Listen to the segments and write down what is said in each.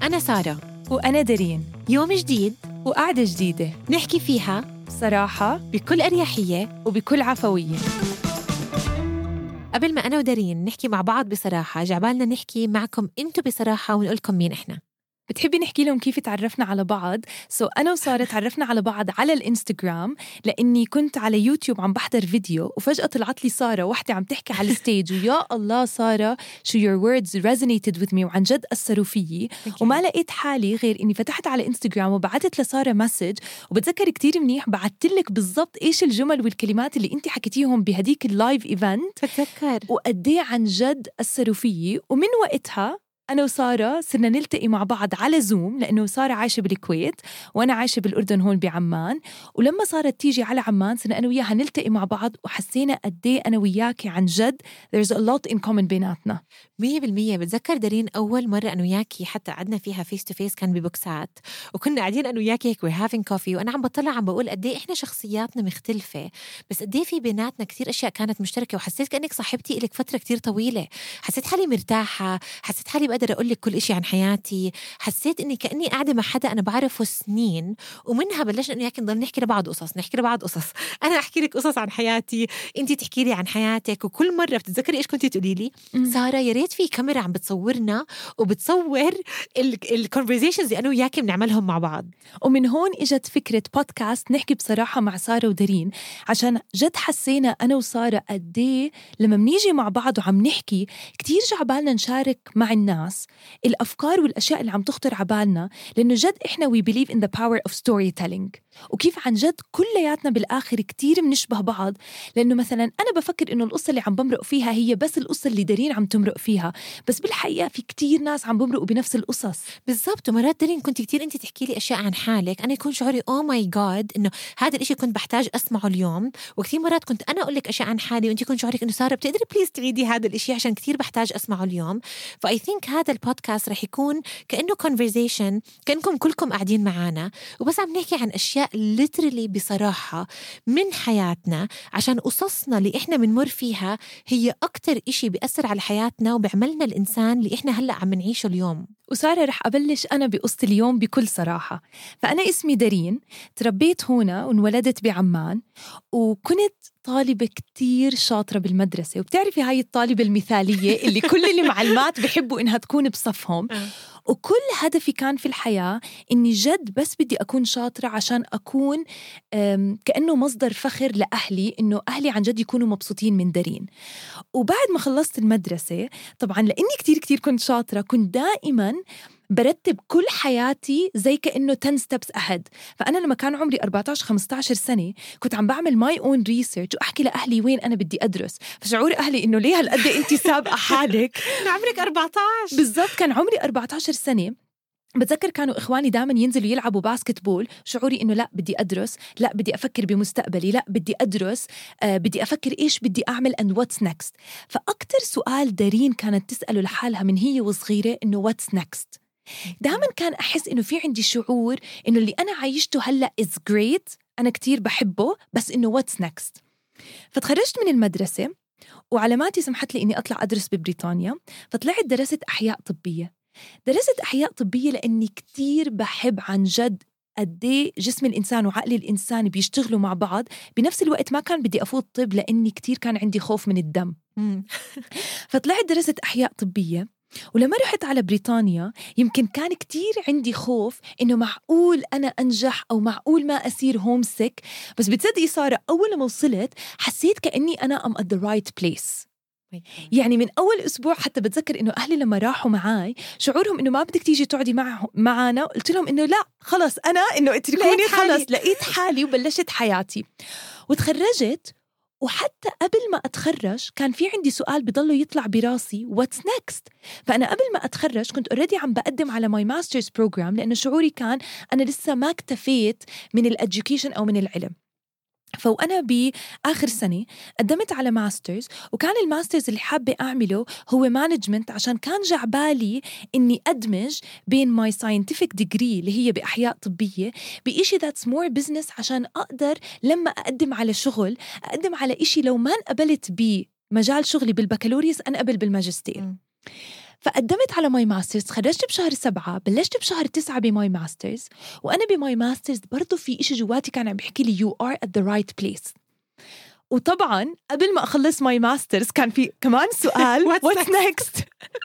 أنا سارة وأنا دارين. يوم جديد وقعدة جديدة نحكي فيها بصراحة بكل أريحية وبكل عفوية. قبل ما أنا ودارين نحكي مع بعض بصراحة، جعبالنا نحكي معكم أنتوا بصراحة ونقولكم مين إحنا. بتحبي نحكي لهم كيف تعرفنا على بعض؟ أنا وسارة تعرفنا على بعض على الإنستغرام، لأني كنت على يوتيوب عم بحضر فيديو وفجأة طلعت لي سارة واحدة عم تحكي على الستيج ويا الله سارة شو your words resonated with me وعن جد أثروا فيي. وما لقيت حالي غير إني فتحت على إنستغرام وبعتت لسارة مسج، وبتذكر كتير منيح بعتلك بالضبط إيش الجمل والكلمات اللي أنت حكيتيهم بهديك اللايف إيفنت، بتذكر وقديه عن جد أثروا فيي. ومن وقتها أنا وسارة صرنا نلتقي مع بعض على زوم، لأنه سارة عايشة بالكويت وأنا عايشة بالأردن هون بعمان. ولما صارت تيجي على عمان صرنا أنا وياها نلتقي مع بعض، وحسينا قديه أنا وياكي عن جد there's a lot in common بيناتنا 100%. بتذكر دارين أول مرة أنا وياكي حتى قعدنا فيها فيس تو فيس كان ببوكسات، وكنا قاعدين أنا وياكي هيك we're having coffee، وأنا عم بطلع عم بقول قديه إحنا شخصياتنا مختلفة بس قديه في بيناتنا كتير أشياء كانت مشتركة. وحسيت كأنك صاحبتي إلك فترة كتير طويلة، حسيت حالي مرتاحة، حسيت حالي بقدر أقول لك كل إشي عن حياتي، حسيت إني كأني قاعدة مع حدا أنا بعرفه سنين. ومنها بلشنا إنه ياكي نضل نحكي لبعض قصص، أنا أحكي لك قصص عن حياتي، أنتي تحكي لي عن حياتك. وكل مرة بتتذكري إيش كنتي تقولي لي؟ سارة يا ريت في كاميرا عم بتصورنا وبتصور الكونفرزيشنز اللي أنا وياكي بنعملهم مع بعض. ومن هون إجت فكرة بودكاست نحكي بصراحة مع سارة ودارين، عشان جد حسينا أنا وسارة قديه لما منيجي مع بعض وعم نحكي كتير جعبالنا نشارك مع الناس الأفكار والأشياء اللي عم تخطر عبالنا، لأنه جد إحنا we believe in the power of storytelling، وكيف عن جد كلياتنا بالآخر كتير منشبه بعض. لأنه مثلا أنا بفكر إنه القصة اللي عم بمرق فيها هي بس القصة اللي دارين عم تمرق فيها، بس بالحقيقة في كتير ناس عم بمرقوا بنفس القصص. بالضبط. ومرات دارين كنت كتير أنت تحكي لي أشياء عن حالك، أنا يكون شعوري oh my god إنه هذا الإشي كنت بحتاج أسمعه اليوم. وكتير مرات كنت أنا أقول لك أشياء عن حالي وأنت يكون شعورك إنه سارة بتقدري بليز تعيدي هذا الإشي عشان كتير بحتاج أسمعه اليوم. فأي ثينك هذا البودكاست رح يكون كأنه conversation، كأنكم كلكم قاعدين معانا وبس عم نحكي عن أشياء literally بصراحة من حياتنا، عشان قصصنا اللي إحنا بنمر فيها هي أكتر إشي بيأثر على حياتنا وبيعملنا الإنسان اللي إحنا هلأ عم نعيشه اليوم. وسارة رح أبلش أنا بقصة اليوم بكل صراحة. فأنا اسمي دارين، تربيت هنا وانولدت بعمان، وكنت طالبة كتير شاطرة بالمدرسة، وبتعرفي هاي الطالبة المثالية اللي كل المعلمات بيحبوا إنها تكون بصفهم. وكل هدفي كان في الحياة إني جد بس بدي أكون شاطرة عشان أكون كأنه مصدر فخر لأهلي، إنه أهلي عن جد يكونوا مبسوطين من دارين. وبعد ما خلصت المدرسة طبعاً لأني كتير كنت شاطرة، كنت دائماً برتب كل حياتي زي كأنه 10 steps ahead. فأنا لما كان عمري 14-15 سنة كنت عم بعمل my own research وأحكي لأهلي وين أنا بدي أدرس. فشعور أهلي إنه ليه هالقد أنت سابقة حالك؟ عمرك 14 بالضبط، كان عمري 14 سنة. بتذكر كانوا إخواني دائما ينزلوا يلعبوا باسكت بول، شعوري إنه لا بدي أدرس، لا بدي أفكر بمستقبلي، لا بدي أدرس، بدي أفكر إيش بدي أعمل and what's next. فأكتر سؤال دارين كانت تسأله لحالها من هي وصغيرة إنه what's next. دائما كان أحس إنه في عندي شعور إنه اللي أنا عايشته هلأ is great، أنا كتير بحبه، بس إنه what's next. فتخرجت من المدرسة وعلاماتي سمحت لي إني أطلع أدرس ببريطانيا، فطلعت درست أحياء طبية. درست أحياء طبية لأني كتير بحب عن جد قديه جسم الإنسان وعقل الإنسان بيشتغلوا مع بعض. بنفس الوقت ما كان بدي أفوت طب لأني كتير كان عندي خوف من الدم. فطلعت درست أحياء طبية. ولما رحت على بريطانيا يمكن كان كتير عندي خوف إنه معقول أنا أنجح أو معقول ما أصير هومسك. بس بتصدقي سارة أول ما وصلت حسيت كأني أنا am at the right place. يعني من أول أسبوع حتى بتذكر إنه أهلي لما راحوا معاي شعورهم إنه ما بدك تيجي تقعدي معنا، قلت لهم إنه لا خلص أنا إنه اتركوني خلص، لقيت حالي وبلشت حياتي وتخرجت. وحتى قبل ما أتخرج كان في عندي سؤال بيضله يطلع براسي what's next. فأنا قبل ما أتخرج كنت already عم بقدم على my master's program، لأنه شعوري كان أنا لسه ما اكتفيت من الeducation أو من العلم. فوأنا بآخر سنة قدمت على ماسترز، وكان الماسترز اللي حابة أعمله هو مانجمنت، عشان كان جعبالي إني أدمج بين ماي scientific degree اللي هي بأحياء طبية بإشي that's more business، عشان أقدر لما أقدم على شغل أقدم على إشي لو ما انقبلت بمجال شغلي بالبكالوريوس أنقبل بالماجستير. فقدمت على ماي ماسترز، خرجت بشهر 7، بلشت بشهر 9 بماي ماسترز. وأنا بماي ماسترز برضو في إشي جواتي كان عم بيحكي لي you are at the right place. وطبعا قبل ما أخلص ماي ماسترز كان في كمان سؤال what's next.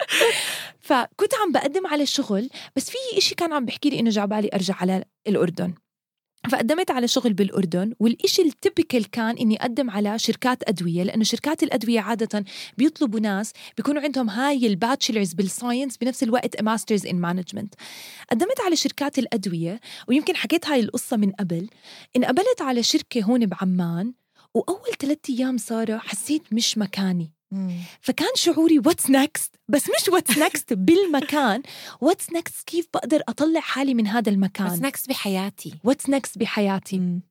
فكنت عم بقدم على شغل، بس في إشي كان عم بحكي لي إنه جعبالي أرجع على الأردن. فقدمت على شغل بالأردن، والإشي التيبيكال كان إني أقدم على شركات أدوية، لأنه شركات الأدوية عادة بيطلبوا ناس بيكونوا عندهم هاي الباتشلرز بالساينس بنفس الوقت ماسترز إن مانجمنت. قدمت على شركات الأدوية، ويمكن حكيت هاي القصة من قبل. انقبلت على شركة هون بعمان، وأول 3 أيام سارة حسيت مش مكاني. فكان شعوري what's next، بس مش what's next بالمكان، what's next كيف بقدر أطلع حالي من هذا المكان، what's next بحياتي، what's next بحياتي.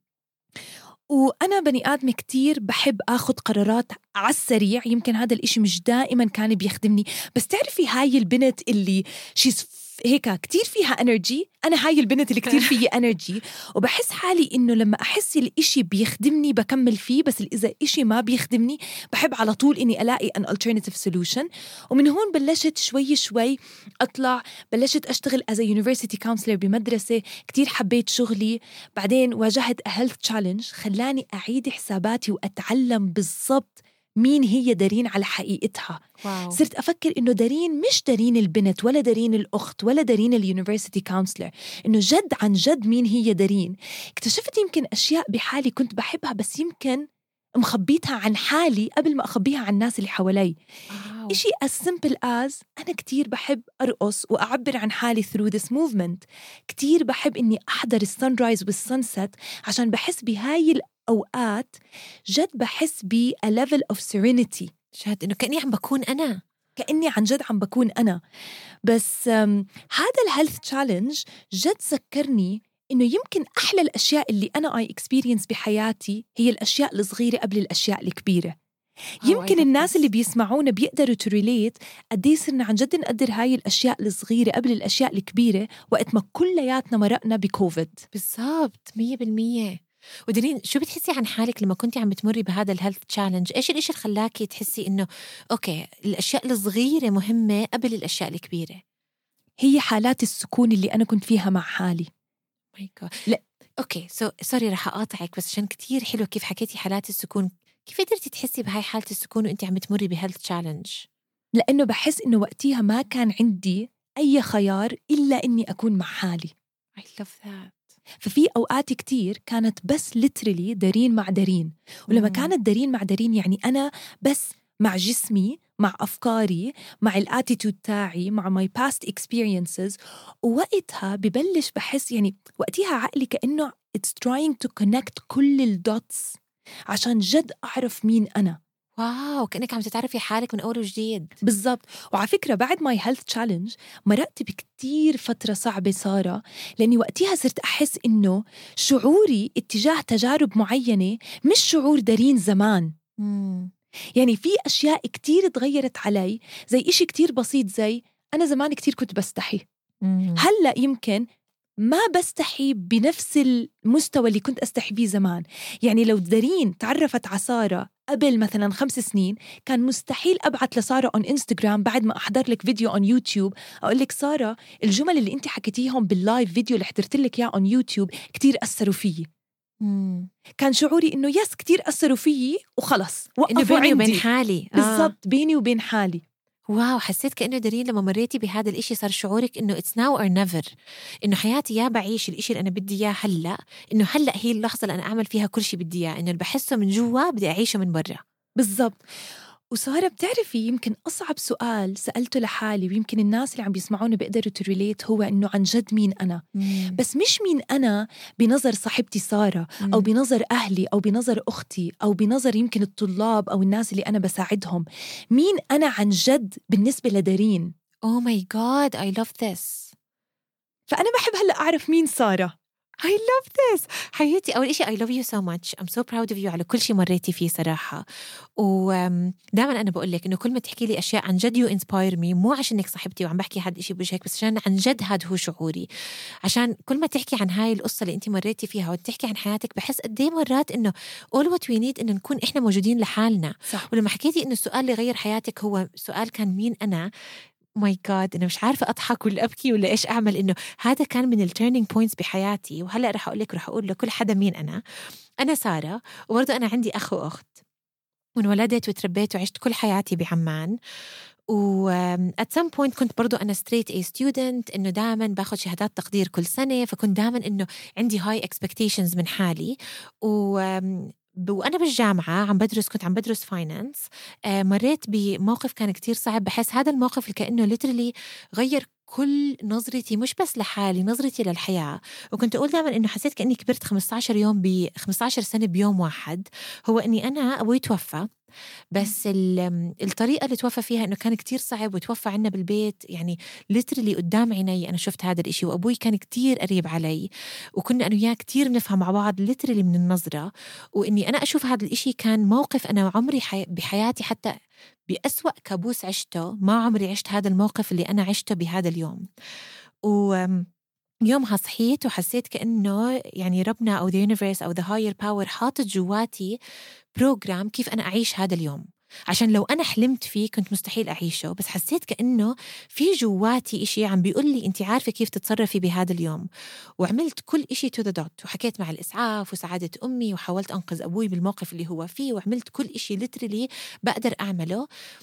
وأنا بني آدم كتير بحب أخذ قرارات على السريع، يمكن هذا الإشي مش دائما كان بيخدمني، بس تعرفي هاي البنت اللي هيك كتير فيها انرجي، أنا هاي البنت اللي كتير فيها انرجي، وبحس حالي إنه لما أحس الإشي بيخدمني بكمل فيه، بس إذا إشي ما بيخدمني بحب على طول إني ألاقي an alternative solution. ومن هون بلشت شوي شوي أطلع، بلشت أشتغل as a university counselor بمدرسة، كتير حبيت شغلي. بعدين واجهت a health challenge خلاني أعيد حساباتي وأتعلم بالضبط مين هي دارين على حقيقتها. واو. صرت أفكر إنه دارين مش دارين البنت ولا دارين الأخت ولا دارين اليونيفرسيتي كونسلر، إنه جد عن جد مين هي دارين. اكتشفت يمكن أشياء بحالي كنت بحبها، بس يمكن مخبيتها عن حالي قبل ما أخبيها عن الناس اللي حوالي. إشي as simple as أنا كتير بحب أرقص وأعبر عن حالي through this movement. كتير بحب إني أحضر السانرايز والسانست، عشان بحس بهاي الأوقات جد بحس ب a level of serenity، شهد إنه كأني عم بكون أنا، كأني عن جد عم بكون أنا. بس هذا الهيلث تشالنج جد ذكرني إنه يمكن أحلى الأشياء اللي أنا experience بحياتي هي الأشياء الصغيرة قبل الأشياء الكبيرة. يمكن الناس اللي بيسمعونا بيقدروا تريليت قدي صرنا عن جد نقدر هاي الأشياء الصغيرة قبل الأشياء الكبيرة وقت ما كلياتنا مرقنا بكوفيد. بالضبط 100%. ودرين، شو بتحسي عن حالك لما كنتي عم بتمري بهذا الهيلث تشالنج؟ إيش الإشي اللي خلاكي تحسي إنه أوكي الأشياء الصغيرة مهمة قبل الأشياء الكبيرة؟ هي حالات السكون اللي أنا كنت فيها مع حالي. لا أوكي سوري رح أقاطعك، بس عشان كتير حلو كيف حكيتي حالات السكون. كيف قدرتي تحسي بهاي حالة السكون وأنت عم تمري بهيلث تشالنج؟ لأنه بحس إنه وقتها ما كان عندي أي خيار إلا إني أكون مع حالي. I love that. ففي أوقات كتير كانت بس literally دارين مع دارين، ولما كانت دارين مع دارين يعني أنا بس مع جسمي، مع أفكاري، مع الاتيتود تاعي، مع my past experiences. ووقتها ببلش بحس يعني وقتها عقلي كأنه it's trying to connect كل الدوتس عشان جد أعرف مين أنا. واو، كأنك عم تتعرفي حالك من أول وجديد. بالضبط. وعلى فكرة بعد ماي هيلث تشالنج مرقت بكتير فترة صعبة سارة، لأني وقتها صرت أحس إنه شعوري اتجاه تجارب معينة مش شعور دارين زمان. يعني في أشياء كتير تغيرت علي، زي إشي كتير بسيط، زي أنا زمان كتير كنت بستحي، هلأ يمكن ما بستحي بنفس المستوى اللي كنت أستحي بيه زمان. يعني لو دارين تعرفت على سارة قبل مثلا 5 سنين كان مستحيل أبعت لسارة on Instagram بعد ما أحضر لك فيديو on YouTube أقول لك سارة الجمل اللي أنت حكيتيهم باللايف فيديو اللي حضرت لك إياه on YouTube كتير أثروا فيي. كان شعوري إنه يس كتير أثروا فيي وخلص وقفوا بيني عندي وبين حالي. بالضبط بيني وبين حالي. واو، حسيت كأنه دارين لما مريتي بهذا الإشي صار شعورك إنه it's now or never، إنه حياتي يا بعيش الإشي اللي أنا بدي إياه هلأ، إنه هلأ هي اللحظة اللي أنا أعمل فيها كل شيء بدي إياه، إنه اللي بحسه من جوا بدي أعيشه من برا. بالضبط. وسارة بتعرفي يمكن أصعب سؤال سألته لحالي، ويمكن الناس اللي عم بيسمعوني بيقدروا تريليت، هو إنه عن جد مين أنا. بس مش مين أنا بنظر صاحبتي سارة أو بنظر أهلي أو بنظر أختي أو بنظر يمكن الطلاب أو الناس اللي أنا بساعدهم. مين أنا عن جد بالنسبة لدارين. Oh my God, I love this. فأنا بحب هلأ أعرف مين سارة. I love this. حياتي أول إشي I love you so much. I'm so proud of you على كل شيء مريتي فيه صراحة. ودائما أنا بقول لك إنه كل ما تحكي لي أشياء عن جد you inspire me، مو عشانك صاحبتي وعم بحكي هاد إشي بوجهك، بس عشان عن جد هاد هو شعوري. عشان كل ما تحكي عن هاي القصة اللي أنت مريتي فيها وتحكي عن حياتك بحس قد إيه مرات إنه all what we need إنه نكون إحنا موجودين لحالنا. صح. ولما حكيتي إنه السؤال اللي غير حياتك هو سؤال كان مين أنا، ماي جاد أنا مش عارفة أضحك ولا أبكي ولا إيش أعمل. إنه هذا كان من التيرنينج بوينتس بحياتي. وهلأ رح أقول لكل حدا مين أنا سارة، وبرضه أنا عندي أخ وأخت، وانولدت وتربيت وعشت كل حياتي بعمان. و at some point كنت برضو أنا straight A student، إنه دائما باخد شهادات تقدير كل سنة، فكنت دائما إنه عندي high expectations من حالي. وأنا بالجامعة كنت عم بدرس finance. مريت بموقف كان كتير صعب. بحس هذا الموقف كأنه literally غير كل نظرتي، مش بس لحالي، نظرتي للحياة. وكنت أقول دائما إنه حسيت كأني كبرت 15 سنة بيوم واحد. هو إني أنا أبوي توفى، بس الطريقة اللي توفى فيها إنه كان كتير صعب، وتوفى عنا بالبيت يعني literally قدام عيني. أنا شفت هذا الإشي، وأبوي كان كتير قريب علي، وكنا أنا وياه كتير نفهم مع بعض literally من النظرة. وإني أنا أشوف هذا الإشي كان موقف أنا عمري بحياتي حتى بأسوأ كابوس عشته ما عمري عشت هذا الموقف اللي أنا عشته بهذا اليوم. يومها صحيت وحسيت كأنه يعني ربنا أو the universe أو the higher power حاطت جواتي بروجرام كيف أنا أعيش هذا اليوم، عشان لو أنا حلمت فيه كنت مستحيل أعيشه. بس حسيت كأنه في جواتي إشي عم بيقول لي أنت عارفة كيف تتصرفي بهذا اليوم. وعملت كل إشي to the dot، وحكيت مع الإسعاف وساعدت أمي، وحاولت أنقذ أبوي بالموقف اللي هو فيه، وعملت كل إشي literally بقدر أعمله.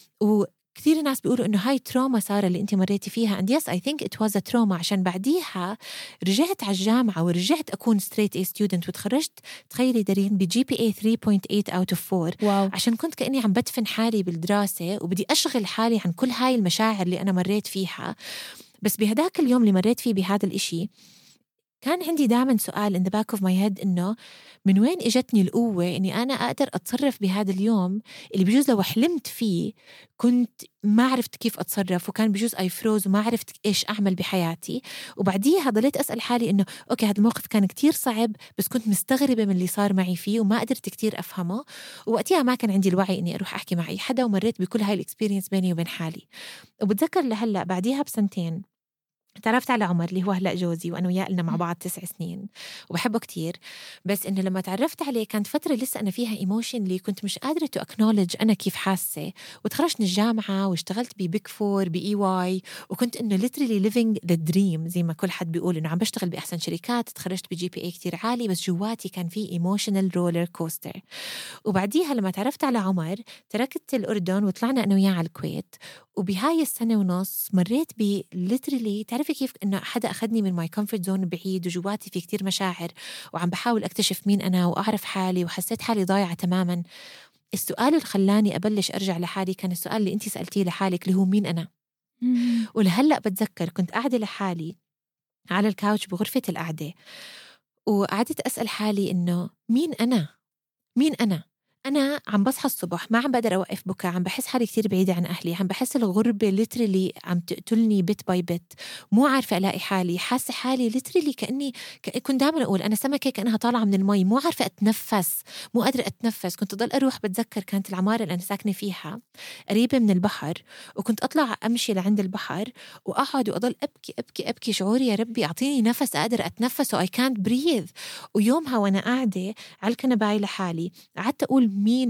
كثير ناس بيقولوا إنه هاي تروما سارة اللي أنت مريتي فيها. and yes I think it was a trauma. عشان بعديها رجعت على الجامعة ورجعت أكون straight A student، وتخرجت تخيلي دارين بGPA 3.8 out of 4. واو. عشان كنت كأني عم بدفن حالي بالدراسة، وبدي أشغل حالي عن كل هاي المشاعر اللي أنا مريت فيها. بس بهداك اليوم اللي مريت فيه بهذا الإشي كان عندي دائما سؤال in the back of my head، إنه من وين إجتني القوة إني أنا أقدر أتصرف بهذا اليوم اللي بجوز لو حلمت فيه كنت ما عرفت كيف أتصرف، وكان بجوز I froze وما عرفت إيش أعمل بحياتي. وبعديها ضليت أسأل حالي إنه أوكي هذا الموقف كان كتير صعب، بس كنت مستغربة من اللي صار معي فيه وما قدرت كتير أفهمه. ووقتها ما كان عندي الوعي إني أروح أحكي مع أي حدا، ومريت بكل هاي الإكسبيرينس بيني وبين حالي. وبتذكر لهلأ بعديها بسنتين تعرفت على عمر اللي هو هلأ جوزي، وأنا وياه لنا مع بعض 9 سنين وبحبه كتير. بس إنه لما تعرفت عليه كانت فترة لسه أنا فيها إيموشن اللي كنت مش قادرة to acknowledge أنا كيف حاسة. وتخرجت من الجامعة واشتغلت ببيك فور EY، وكنت إنه literally living the dream زي ما كل حد بيقول، إنه عم بشتغل بأحسن شركات، تخرجت بGPA كتير عالي، بس جواتي كان في emotional roller coaster. وبعديها لما تعرفت على عمر تركت الأردن وطلعنا أنا وياه على الكويت. وبهاي السنة ونص مريت literally تعرفي كيف إنه حدا أخذني من my comfort zone بعيد، وجواتي في كتير مشاعر، وعم بحاول أكتشف مين أنا وأعرف حالي، وحسيت حالي ضايعة تماماً. السؤال اللي خلاني أبلش أرجع لحالي كان السؤال اللي أنتي سألتيه لحالك اللي هو مين أنا. ولهلأ بتذكر كنت قاعدة لحالي على الكاوتش بغرفة القعدة، وقعدت أسأل حالي إنه مين أنا أنا عم بصحى الصبح ما عم بقدر أوقف بكاء، عم بحس حالي كتير بعيدة عن أهلي، عم بحس الغربة literally عم تقتلني بيت باي بيت، مو عارفة ألاقي حالي، حاسة حالي literally كأني كنت دائما أقول أنا سمكة كأنها طالعة من المي، مو عارفة أتنفس، مو قادرة أتنفس. كنت أضل أروح، بتذكر كانت العمارة اللي أنا ساكنة فيها قريبة من البحر، وكنت أطلع أمشي لعند البحر وأقعد وأضل أبكي أبكي أبكي، شعوري يا ربي أعطيني نفس أقدر أتنفس و I can't breathe. ويومها وأنا قاعدة على الكنباية لحالي قعدت أقول مين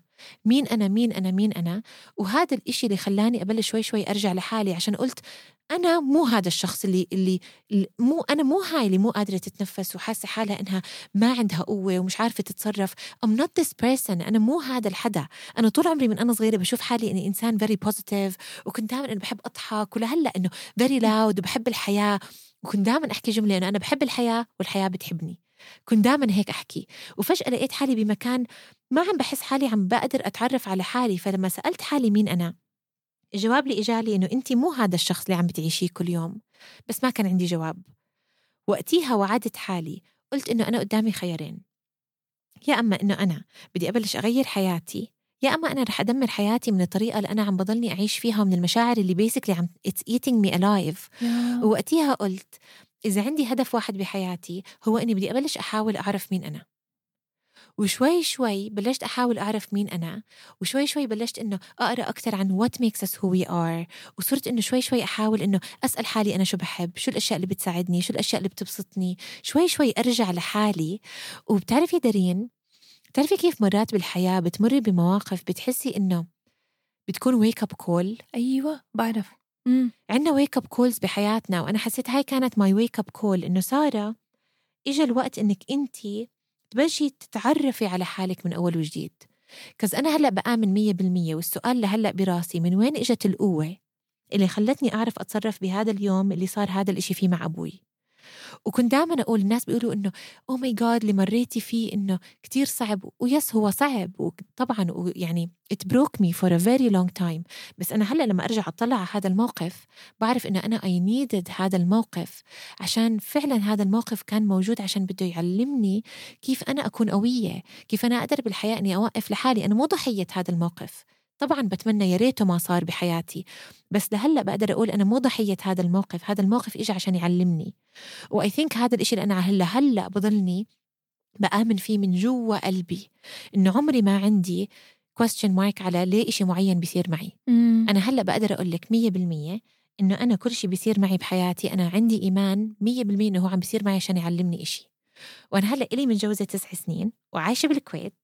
أنا. وهذا الإشي اللي خلاني أبلش شوي شوي أرجع لحالي، عشان قلت أنا مو هذا الشخص اللي مو هاي اللي مو قادرة تتنفس وحاسة حالها إنها ما عندها قوة ومش عارفة تتصرف. I'm not this person. أنا مو هذا الحدا. أنا طول عمري من أنا صغيرة بشوف حالي إني إنسان very positive، وكنت دائما إنه بحب أضحك، ولهلأ إنه very loud وبحب الحياة، وكنت دائما أحكي جملة إنه أنا بحب الحياة والحياة بتحبني. كنت دائما هيك أحكي. وفجأة لقيت حالي بمكان ما عم بحس حالي عم بقدر أتعرف على حالي. فلما سألت حالي مين أنا، الجواب اللي إجالي إنه أنتي مو هذا الشخص اللي عم بتعيشيه كل يوم. بس ما كان عندي جواب. وقتيها وعدت حالي، قلت إنه أنا قدامي خيارين، يا أما إنه أنا بدي أبلش أغير حياتي، يا أما أنا رح أدمر حياتي من الطريقة اللي أنا عم بضلني أعيش فيها، ومن المشاعر اللي basically عم it's eating me alive. ووقتيها قلت إذا عندي هدف واحد بحياتي هو إني بدي أبلش أحاول أعرف مين أنا. وشوي شوي بلشت أحاول أعرف مين أنا، وشوي شوي بلشت إنه أقرأ أكتر عن what makes us who we are. وصرت إنه شوي شوي أحاول إنه أسأل حالي أنا شو بحب، شو الأشياء اللي بتساعدني، شو الأشياء اللي بتبسطني، شوي شوي أرجع لحالي. وبتعرفي دارين، بتعرفي كيف مرات بالحياة بتمري بمواقف بتحسي إنه بتكون wake up call؟ أيوة بعرف. عندنا wake up calls بحياتنا، وأنا حسيت هاي كانت my wake up call، إنه سارة إجا الوقت إنك أنتي تبلشي تتعرفي على حالك من أول وجديد. كز أنا هلأ بآمن 100%، والسؤال لهلأ براسي من وين إجت القوة اللي خلتني أعرف أتصرف بهذا اليوم اللي صار هذا الإشي فيه مع أبوي. وكنت دائما أقول، الناس بيقولوا إنه أوه ماي جاد اللي مريتي فيه إنه كتير صعب، ويس هو صعب وطبعا يعني it broke me for a very long time، بس أنا هلأ لما أرجع أطلع على هذا الموقف بعرف إنه أنا I needed هذا الموقف، عشان فعلا هذا الموقف كان موجود عشان بده يعلمني كيف أنا أكون قوية، كيف أنا أقدر بالحياة إني أوقف لحالي. أنا مو ضحية هذا الموقف، طبعا بتمنى يا ريته ما صار بحياتي، بس لهلأ بقدر أقول أنا مو ضحية هذا الموقف، هذا الموقف إجا عشان يعلمني. وآي ثينك هذا الإشي اللي أنا هلأ بضلني بآمن فيه من جوا قلبي، إنه عمري ما عندي question mark على ليه إشي معين بيصير معي. أنا هلأ بقدر أقول لك 100% إنه أنا كل شي بيصير معي بحياتي أنا عندي إيمان 100% إنه هو عم بيصير معي عشان يعلمني إشي. وأنا هلأ إلي متجوزة 9 سنين وعايشة بالكويت،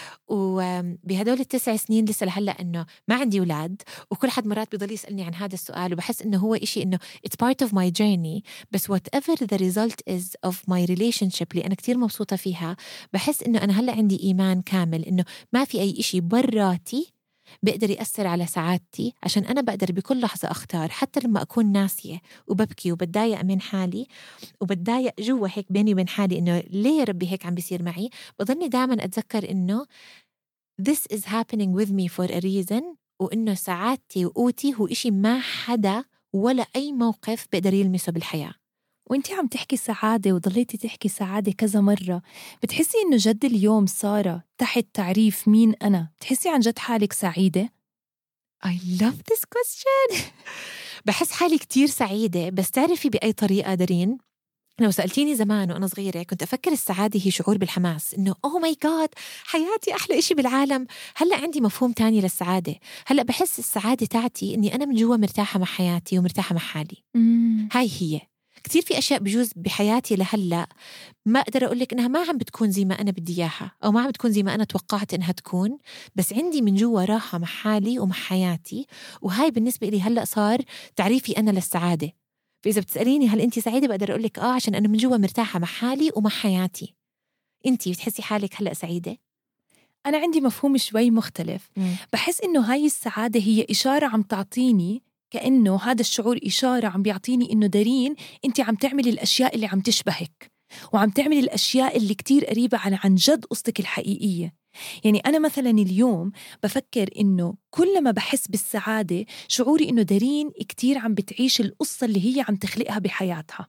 وبهدول ال9 سنين لسه لهلأ إنه ما عندي أولاد، وكل حد مرات بيضل يسألني عن هذا السؤال، وبحس إنه هو إشي إنه it's part of my journey، بس whatever the result is of my relationship اللي أنا كتير مبسوطة فيها، بحس إنه أنا هلأ عندي إيمان كامل إنه ما في أي إشي براتي بقدر يأثر على سعادتي، عشان أنا بقدر بكل لحظة أختار، حتى لما أكون ناسية وببكي وبتضايق من حالي وبتضايق جوا هيك بيني وبين حالي إنه ليه يا ربي هيك عم بيصير معي، بضلني دائما أتذكر إنه this is happening with me for a reason، وإنه سعادتي وقوتي هو إشي ما حدا ولا أي موقف بقدر يلمسه بالحياة. وانتي عم تحكي سعادة وضليتي تحكي سعادة كذا مرة، بتحسي إنه جد اليوم سارة تحت تعريف مين أنا بتحسي عن جد حالك سعيدة؟ I love this question. بحس حالي كتير سعيدة، بس تعرفي بأي طريقة دارين؟ لو سألتيني زمان وأنا صغيرة كنت أفكر السعادة هي شعور بالحماس، إنه أوه ماي جاد حياتي أحلى إشي بالعالم. هلأ عندي مفهوم تاني للسعادة، هلأ بحس السعادة تاعتي إني أنا من جوا مرتاحة مع حياتي ومرتاحة مع حالي. هاي هي. كتير في أشياء بجوز بحياتي لهلأ ما أقدر أقولك إنها ما عم بتكون زي ما أنا بدي إياها، أو ما عم بتكون زي ما أنا توقعت إنها تكون، بس عندي من جوا راحة مع حالي ومع حياتي، وهاي بالنسبة لي هلأ صار تعريفي أنا للسعادة. فإذا بتسأليني هل أنتي سعيدة بقدر أقولك عشان أنا من جوا مرتاحة مع حالي ومع حياتي. أنتي بتحسي حالك هلأ سعيدة؟ أنا عندي مفهوم شوي مختلف. بحس إنه هاي السعادة هي إشارة عم تعطيني، كأنه هذا الشعور إشارة عم بيعطيني إنه دارين أنت عم تعملي الأشياء اللي عم تشبهك، وعم تعملي الأشياء اللي كتير قريبة عن جد قصتك الحقيقية. يعني أنا مثلا اليوم بفكر إنه كل ما بحس بالسعادة شعوري إنه دارين كتير عم بتعيش القصة اللي هي عم تخلقها بحياتها.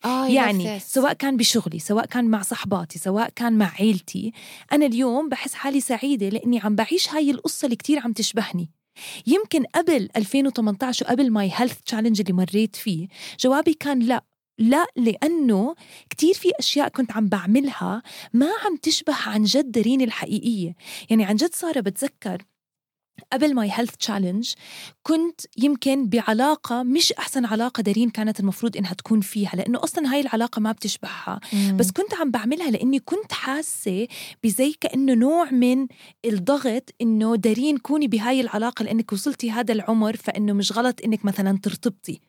يعني سواء كان بشغلي، سواء كان مع صحباتي، سواء كان مع عيلتي، أنا اليوم بحس حالي سعيدة لأني عم بعيش هاي القصة اللي كتير عم تشبهني. يمكن قبل 2018 وقبل ماي هيلث تشالنج اللي مريت فيه جوابي كان لا، لأنه كتير في أشياء كنت عم بعملها ما عم تشبه عن جد دارين الحقيقية. يعني عن جد صار بتذكر قبل ماي هيلث تشالنج كنت يمكن بعلاقة مش أحسن علاقة دارين كانت المفروض إنها تكون فيها، لأنه أصلا هاي العلاقة ما بتشبهها، بس كنت عم بعملها لأني كنت حاسة بزي كأنه نوع من الضغط إنه دارين كوني بهاي العلاقة لأنك وصلتي هذا العمر، فإنه مش غلط إنك مثلا ترتبطي.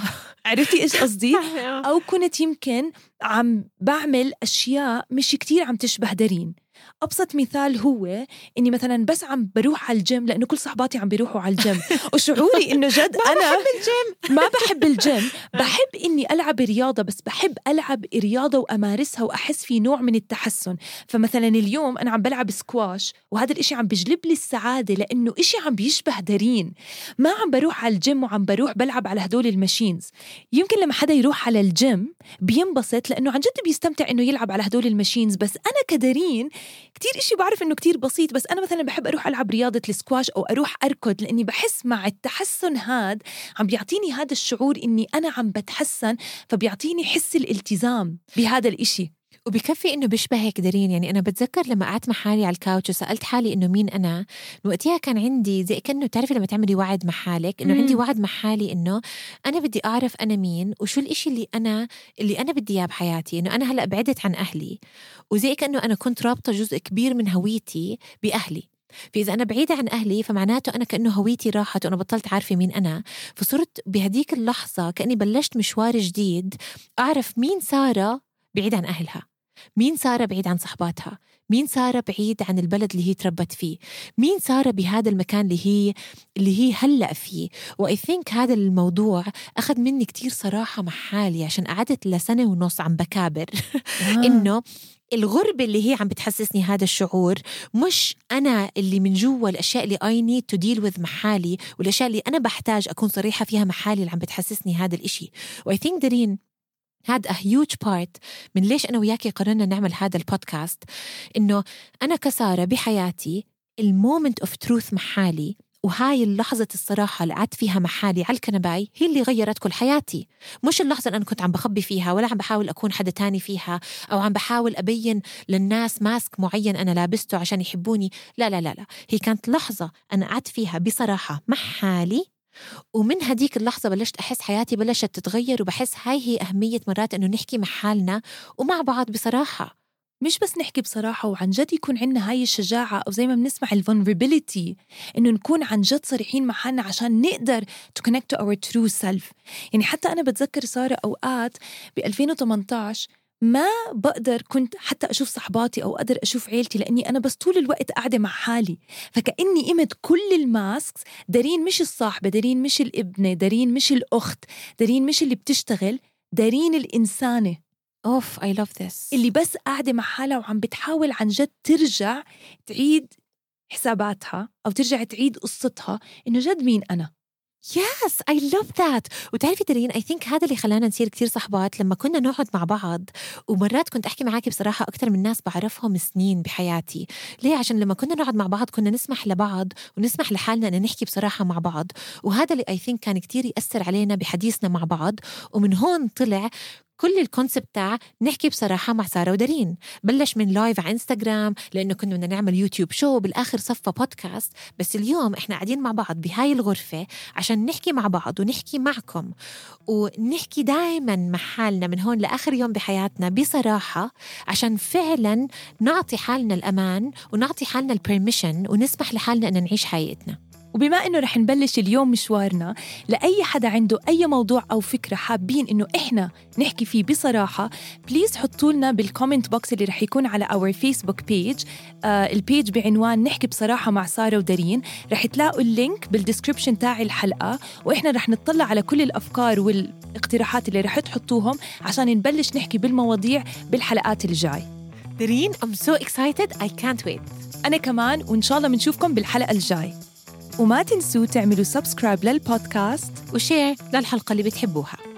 عرفتي إيش قصدي؟ أو كنت يمكن عم بعمل أشياء مش كتير عم تشبه دارين. أبسط مثال هو إني مثلا بس عم بروح على الجيم لأنه كل صحباتي عم بيروحوا على الجيم، وشعوري إنه جد أنا ما بحب الجيم، بحب إني ألعب رياضة، بس بحب ألعب رياضة وأمارسها وأحس في نوع من التحسن. فمثلا اليوم أنا عم بلعب سكواش وهذا الإشي عم بجلب لي السعادة لأنه إشي عم بيشبه دارين. ما عم بروح على الجيم وعم بروح بلعب على هدول الماشينز. يمكن لما حدا يروح على الجيم بينبسط لأنه عن جد بيستمتع إنه يلعب على هدول الماشينز، بس أنا كدارين كتير إشي بعرف إنه كتير بسيط، بس أنا مثلا بحب أروح ألعب رياضة السكواش أو أروح أركض لأني بحس مع التحسن هاد عم بيعطيني هذا الشعور إني أنا عم بتحسن، فبيعطيني حس الالتزام بهذا الإشي. وبكفي إنه بيشبهك دارين. يعني أنا بتذكر لما قعدت مع حالي على الكاوتش وسألت حالي إنه مين أنا، وقتها كان عندي زي كأنه تعرفي لما تعملي وعد مع حالك، إنه عندي وعد مع حالي إنه أنا بدي أعرف أنا مين وشو الإشي اللي أنا بدي إياه بحياتي. إنه أنا هلأ بعدت عن أهلي، وزي كأنه أنا كنت رابطة جزء كبير من هويتي بأهلي، فإذا أنا بعيدة عن أهلي فمعناته أنا كأنه هويتي راحت وأنا بطلت عارفة مين أنا. فصرت بهديك اللحظة كأني بلشت مشوار جديد، أعرف مين سارة بعيد عن أهلها، مين سارة بعيد عن صحباتها، مين سارة بعيد عن البلد اللي هي تربت فيه، مين سارة بهذا المكان اللي هي هلأ فيه. وI think هذا الموضوع أخذ مني كتير صراحة مع حالي، عشان قعدت لسنة ونص عم بكابر إنه الغربة اللي هي عم بتحسسني هذا الشعور مش أنا اللي من جوا الأشياء اللي I need to deal with مع حالي، والأشياء اللي أنا بحتاج أكون صريحة فيها مع حالي اللي عم بتحسسني هذا الإشي. وI think دارين هذا a huge part من ليش أنا وياكي قررنا نعمل هذا البودكاست، إنه أنا كسارة بحياتي المومنت of truth مع حالي، وهاي اللحظة الصراحة اللي قعدت فيها مع حالي على الكنباي هي اللي غيرت كل حياتي. مش اللحظة اللي أنا كنت عم بخبي فيها، ولا عم بحاول أكون حدا تاني فيها، أو عم بحاول أبين للناس ماسك معين أنا لابسته عشان يحبوني. لا لا لا لا، هي كانت لحظة أنا قعدت فيها بصراحة مع حالي، ومن هديك اللحظة بلشت أحس حياتي بلشت تتغير، وبحس هاي هي أهمية مرات إنه نحكي مع حالنا ومع بعض بصراحة. مش بس نحكي بصراحة، وعن جد يكون عنا هاي الشجاعة، أو زي ما بنسمع vulnerability، إنه نكون عن جد صريحين مع حالنا عشان نقدر to connect to our true self. يعني حتى أنا بتذكر سارة أوقات ب2018 ما بقدر كنت حتى أشوف صحباتي أو أقدر أشوف عيلتي، لأني أنا بس طول الوقت قاعدة مع حالي. فكأني قمت كل الماسكس، دارين مش الصاحبة، دارين مش الابنة، دارين مش الأخت، دارين مش اللي بتشتغل، دارين الإنسانة. I love this. اللي بس قاعدة مع حالها وعم بتحاول عن جد ترجع تعيد حساباتها أو ترجع تعيد قصتها، إنه جد مين أنا. Yes, I love that. وتعرفي دارين I think هذا اللي خلانا نصير كتير صحبات، لما كنا نقعد مع بعض. ومرات كنت أحكي معاكي بصراحة أكتر من ناس بعرفهم سنين بحياتي. ليه؟ عشان لما كنا نقعد مع بعض كنا نسمح لبعض ونسمح لحالنا أن نحكي بصراحة مع بعض. وهذا اللي I think كان كتير يأثر علينا بحديثنا مع بعض. ومن هون طلع كل الكونسبت تاع نحكي بصراحة مع سارة ودارين. بلش من لايف على انستغرام، لأنه كنا بدنا نعمل يوتيوب شو، بالآخر صفى بودكاست. بس اليوم إحنا قاعدين مع بعض بهاي الغرفة عشان نحكي مع بعض ونحكي معكم، ونحكي دايما مع حالنا من هون لآخر يوم بحياتنا بصراحة، عشان فعلا نعطي حالنا الأمان ونعطي حالنا البرميشن ونسمح لحالنا أن نعيش حياتنا. وبما إنه رح نبلش اليوم مشوارنا، لأي حدا عنده أي موضوع أو فكرة حابين إنه إحنا نحكي فيه بصراحة، بليز حطوا لنا بالكومنت بوكس اللي رح يكون على our Facebook page. البيج بعنوان نحكي بصراحة مع سارة ودارين. رح تلاقوا اللينك بالديسكريبشن تاع الحلقة، وإحنا رح نطلع على كل الأفكار والاقتراحات اللي رح تحطوهم عشان نبلش نحكي بالمواضيع بالحلقات الجاي. دارين I'm so excited I can't wait. أنا كمان، وإن شاء الله منشوفكم بالحلقة الجاي. وما تنسوا تعملوا سبسكرايب للبودكاست وشير للحلقة اللي بتحبوها.